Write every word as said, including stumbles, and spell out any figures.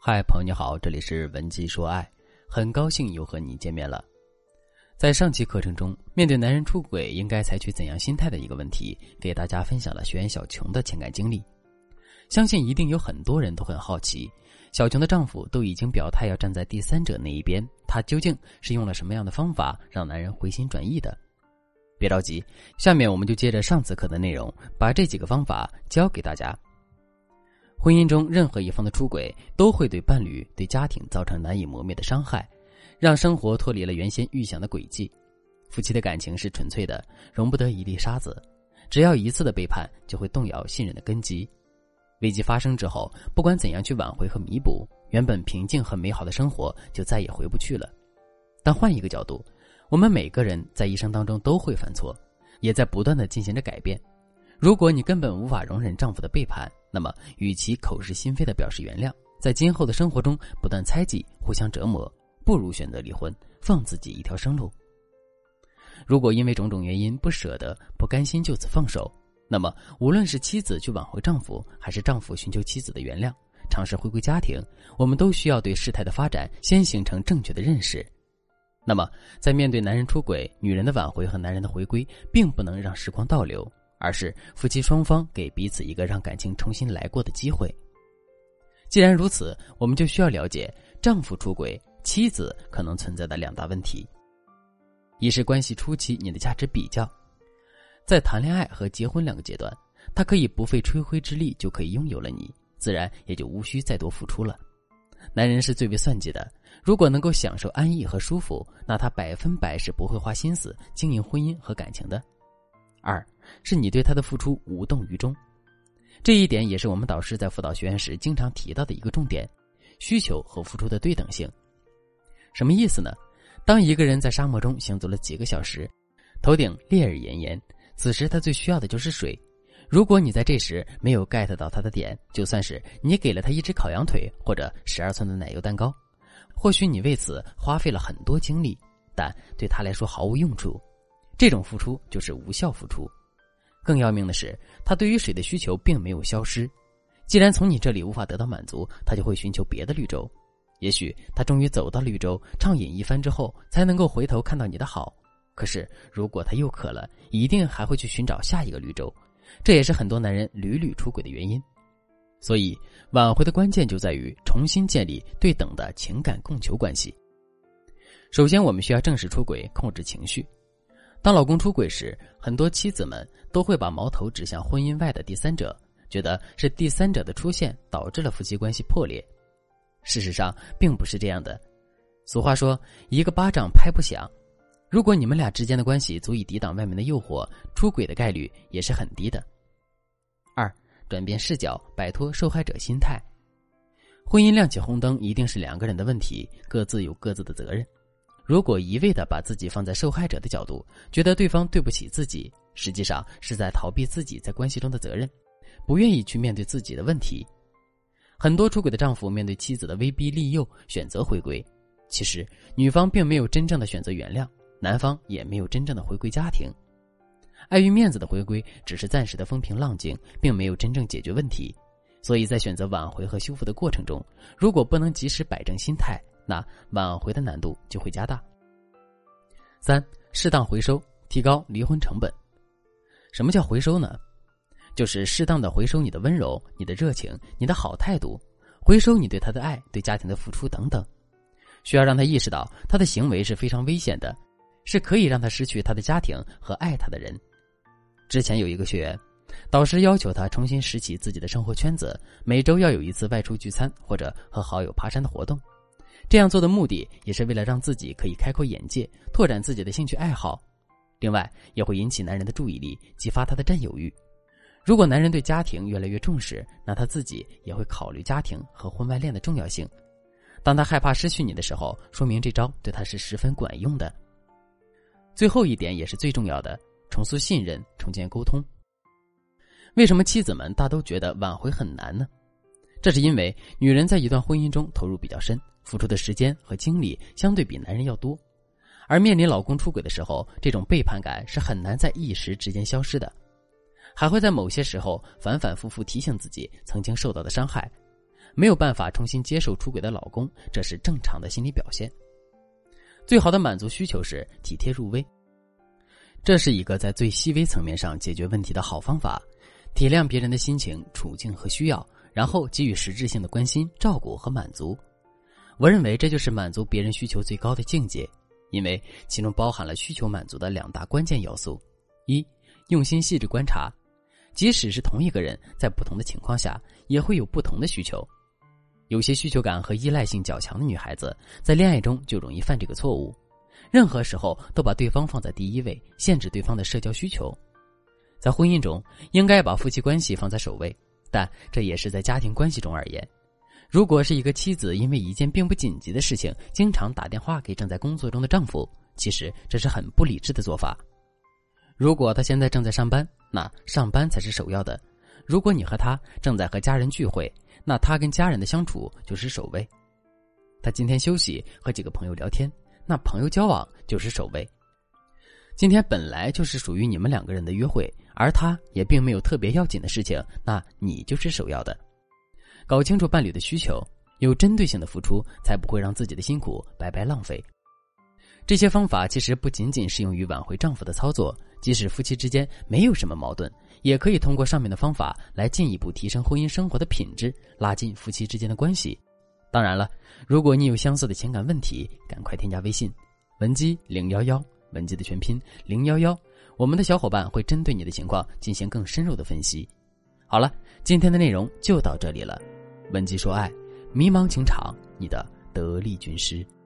嗨，朋友你好，这里是文姬说爱，很高兴又和你见面了。在上期课程中，面对男人出轨应该采取怎样心态的一个问题，给大家分享了学员小琼的情感经历。相信一定有很多人都很好奇，小琼的丈夫都已经表态要站在第三者那一边，他究竟是用了什么样的方法让男人回心转意的？别着急，下面我们就接着上次课的内容，把这几个方法教给大家。婚姻中任何一方的出轨都会对伴侣、对家庭造成难以磨灭的伤害，让生活脱离了原先预想的轨迹。夫妻的感情是纯粹的，容不得一粒沙子，只要一次的背叛就会动摇信任的根基。危机发生之后，不管怎样去挽回和弥补，原本平静和美好的生活就再也回不去了。但换一个角度，我们每个人在一生当中都会犯错，也在不断的进行着改变。如果你根本无法容忍丈夫的背叛，那么与其口是心非的表示原谅，在今后的生活中不断猜忌、互相折磨，不如选择离婚，放自己一条生路。如果因为种种原因不舍得、不甘心就此放手，那么无论是妻子去挽回丈夫，还是丈夫寻求妻子的原谅，尝试回归家庭，我们都需要对事态的发展先形成正确的认识。那么在面对男人出轨，女人的挽回和男人的回归并不能让时光倒流，而是夫妻双方给彼此一个让感情重新来过的机会。既然如此，我们就需要了解丈夫出轨，妻子可能存在的两大问题。一是关系初期你的价值比较，在谈恋爱和结婚两个阶段，他可以不费吹灰之力就可以拥有了你，自然也就无需再多付出了。男人是最为算计的，如果能够享受安逸和舒服，那他百分百是不会花心思经营婚姻和感情的。二是你对他的付出无动于衷，这一点也是我们导师在辅导学员时经常提到的一个重点，需求和付出的对等性。什么意思呢？当一个人在沙漠中行走了几个小时，头顶烈日炎炎，此时他最需要的就是水。如果你在这时没有 get 到他的点，就算是你给了他一只烤羊腿或者十二寸的奶油蛋糕，或许你为此花费了很多精力，但对他来说毫无用处。这种付出就是无效付出。更要命的是，他对于水的需求并没有消失。既然从你这里无法得到满足，他就会寻求别的绿洲。也许他终于走到绿洲，畅饮一番之后，才能够回头看到你的好。可是如果他又渴了，一定还会去寻找下一个绿洲。这也是很多男人屡屡出轨的原因。所以挽回的关键就在于重新建立对等的情感供求关系。首先我们需要正视出轨，控制情绪。当老公出轨时，很多妻子们都会把矛头指向婚姻外的第三者，觉得是第三者的出现导致了夫妻关系破裂。事实上并不是这样的。俗话说，一个巴掌拍不响。如果你们俩之间的关系足以抵挡外面的诱惑，出轨的概率也是很低的。二，转变视角，摆脱受害者心态。婚姻亮起红灯一定是两个人的问题，各自有各自的责任。如果一味地把自己放在受害者的角度，觉得对方对不起自己，实际上是在逃避自己在关系中的责任，不愿意去面对自己的问题。很多出轨的丈夫面对妻子的威逼利诱，选择回归，其实女方并没有真正的选择原谅，男方也没有真正的回归家庭。碍于面子的回归只是暂时的风平浪静，并没有真正解决问题。所以在选择挽回和修复的过程中，如果不能及时摆正心态，那挽回的难度就会加大。三，适当回收，提高离婚成本。什么叫回收呢？就是适当的回收你的温柔、你的热情、你的好态度，回收你对他的爱、对家庭的付出等等。需要让他意识到他的行为是非常危险的，是可以让他失去他的家庭和爱他的人。之前有一个学员，导师要求他重新拾起自己的生活圈子，每周要有一次外出聚餐或者和好友爬山的活动。这样做的目的也是为了让自己可以开阔眼界，拓展自己的兴趣爱好。另外也会引起男人的注意力，激发他的占有欲。如果男人对家庭越来越重视，那他自己也会考虑家庭和婚外恋的重要性。当他害怕失去你的时候，说明这招对他是十分管用的。最后一点也是最重要的，重塑信任，重建沟通。为什么妻子们大都觉得挽回很难呢？这是因为女人在一段婚姻中投入比较深，付出的时间和精力相对比男人要多，而面临老公出轨的时候，这种背叛感是很难在一时之间消失的。还会在某些时候反反复复提醒自己曾经受到的伤害。 没有办法重新接受出轨的老公，这是正常的心理表现。最好的满足需求是体贴入微，这是一个在最细微层面上解决问题的好方法，体谅别人的心情、处境和需要，然后给予实质性的关心、照顾和满足。我认为这就是满足别人需求最高的境界，因为其中包含了需求满足的两大关键要素：一、用心细致观察，即使是同一个人，在不同的情况下也会有不同的需求。有些需求感和依赖性较强的女孩子，在恋爱中就容易犯这个错误，任何时候都把对方放在第一位，限制对方的社交需求。在婚姻中，应该把夫妻关系放在首位，但这也是在家庭关系中而言。如果是一个妻子因为一件并不紧急的事情，经常打电话给正在工作中的丈夫，其实这是很不理智的做法。如果他现在正在上班，那上班才是首要的。如果你和他正在和家人聚会，那他跟家人的相处就是首位。他今天休息和几个朋友聊天，那朋友交往就是首位。今天本来就是属于你们两个人的约会，而他也并没有特别要紧的事情，那你就是首要的。搞清楚伴侣的需求，有针对性的付出，才不会让自己的辛苦白白浪费。这些方法其实不仅仅适用于挽回丈夫的操作，即使夫妻之间没有什么矛盾，也可以通过上面的方法来进一步提升婚姻生活的品质，拉近夫妻之间的关系。当然了，如果你有相似的情感问题，赶快添加微信文姬零一一，文姬的全拼零一一，我们的小伙伴会针对你的情况进行更深入的分析。好了，今天的内容就到这里了。文姬说爱，迷茫情场，你的得力军师。